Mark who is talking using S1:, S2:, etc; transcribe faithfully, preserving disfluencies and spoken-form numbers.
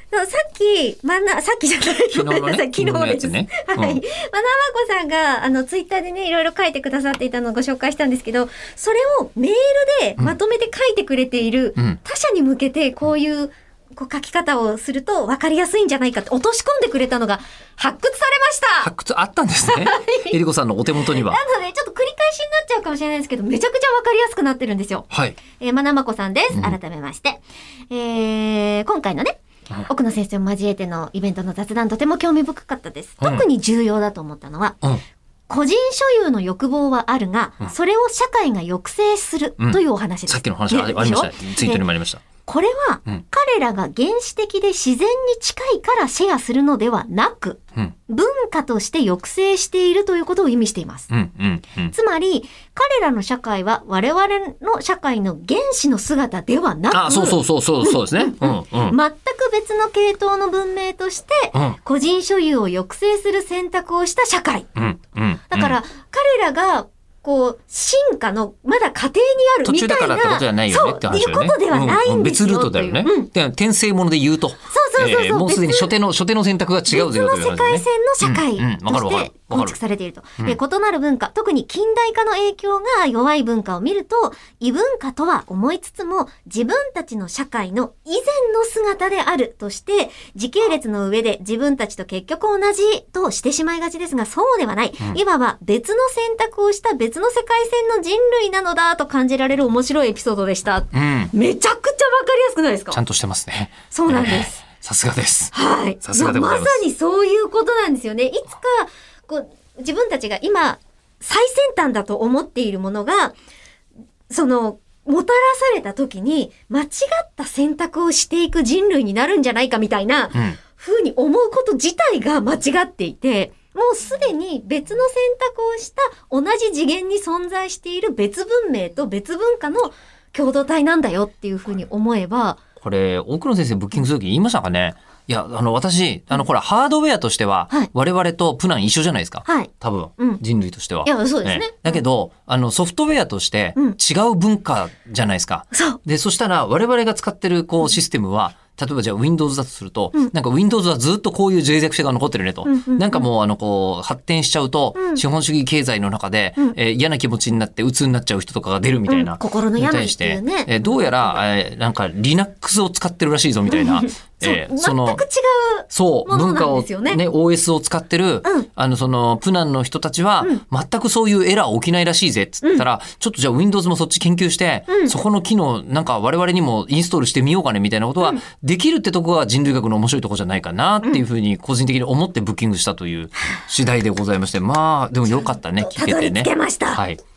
S1: さっき、まな、さっきじゃない、
S2: 昨日のね、
S1: ごめんなさい昨日
S2: のや
S1: です。
S2: つね。
S1: はい。まなまこさんが、あの、ツイッターでね、いろいろ書いてくださっていたのをご紹介したんですけど、それをメールでまとめて書いてくれている、
S2: うん、
S1: 他者に向けてこういう、こう書き方をすると分かりやすいんじゃないかって落とし込んでくれたのが発掘されました。
S2: 発掘あったんですね。えりこさんのお手元には。
S1: なので、ちょっと繰り返しになっちゃうかもしれないですけど、めちゃくちゃ分かりやすくなってるんですよ。
S2: はい。
S1: えー、まなまこさんです。
S2: うん、
S1: 改めまして。えー、今回のね、奥野先生を交えてのイベントの雑談、とても興味深かったです。
S2: うん、
S1: 特に重要だと思ったのは、うん、個人所有の欲望はあるが、うん、それを社会が抑制するというお話です。
S2: うん、さっきの話ありました。ツイートにもありました。
S1: これは、うん、彼らが原始的で自然に近いからシェアするのではなく、うん、文化として抑制しているということを意味しています。うんうんうん、つまり、彼らの社会は我々の社会の原始の姿ではなく、
S2: あ、そうそうそうそうそうですね。
S1: うんうんうん、全く別の系統の文明として、うん、個人所有を抑制する選択をした社会。うんうんうん、だから、彼らがこう進化のまだ過程にあるみたいな、途中だからってことじゃないよねって話よね。そういうことではないんですよ、
S2: うんうん、別ルートだよね。うん、転生もので言うと、そうそうそうそう、えー、もうすでに初手の初手の選択が違うということですね。別の世界線の社会として構築されていると。うんうん、で、異なる文化、特に近代化の影響が弱い文化を見ると、異文化とは思いつつも、自分たちの社会の以前の姿であるとして、時系列の上で自分たちと結局同じとしてしまいがちですが、そうではない。うん、いわば別の選択をした別の世界線の人類なのだと感じられる面白いエピソードでした。うん、めちゃくちゃわかりやすくないですか？ ちゃんとしてますね。
S1: そうなんです。
S2: さすがです。
S1: はい。
S2: さすがでございます。
S1: まさにそういうことなんですよね。いつか、こう、自分たちが今、最先端だと思っているものが、その、もたらされた時に、間違った選択をしていく人類になるんじゃないかみたいな、風に思うこと自体が間違っていて、もうすでに別の選択をした同じ次元に存在している別文明と別文化の共同体なんだよっていう風に思えば、
S2: これ、奥野先生ブッキングするとき言いましたかね？いや、あの、私、あの、ほら、ハードウェアとしては、はい、我々とプラン一緒じゃないですか。はい。多分、うん、人類としては。
S1: いや、そうですね。ね、
S2: だけど、あの、ソフトウェアとして違う文化じゃないですか。うん、そう。で、そしたら、我々が使ってる、こう、システムは、例えばじゃあ Windows だとすると、うん、なんか Windows はずっとこういう脆弱性が残ってるねと。うんうんうん、なんかもうあのこう発展しちゃうと、うん、資本主義経済の中で、うんえー、嫌な気持ちになって鬱になっちゃう人とかが出るみたいな。うん、
S1: 心の病っていうね。
S2: えー、どうやら、えー、なんか Linux を使ってるらしいぞみたいな。
S1: えー、その全く違う
S2: そう文化をね オーエス を使ってる、うん、あのそのプナンの人たちは、うん、全くそういうエラー起きないらしいぜっつったら、うん、ちょっとじゃあ Windows もそっち研究して、うん、そこの機能なんか我々にもインストールしてみようかねみたいなことは、うん、できるってとこが人類学の面白いとこじゃないかなっていうふうに個人的に思ってブッキングしたという次第でございまして、まあでもよかったね聞けてね。
S1: たどり着けました。
S2: はい。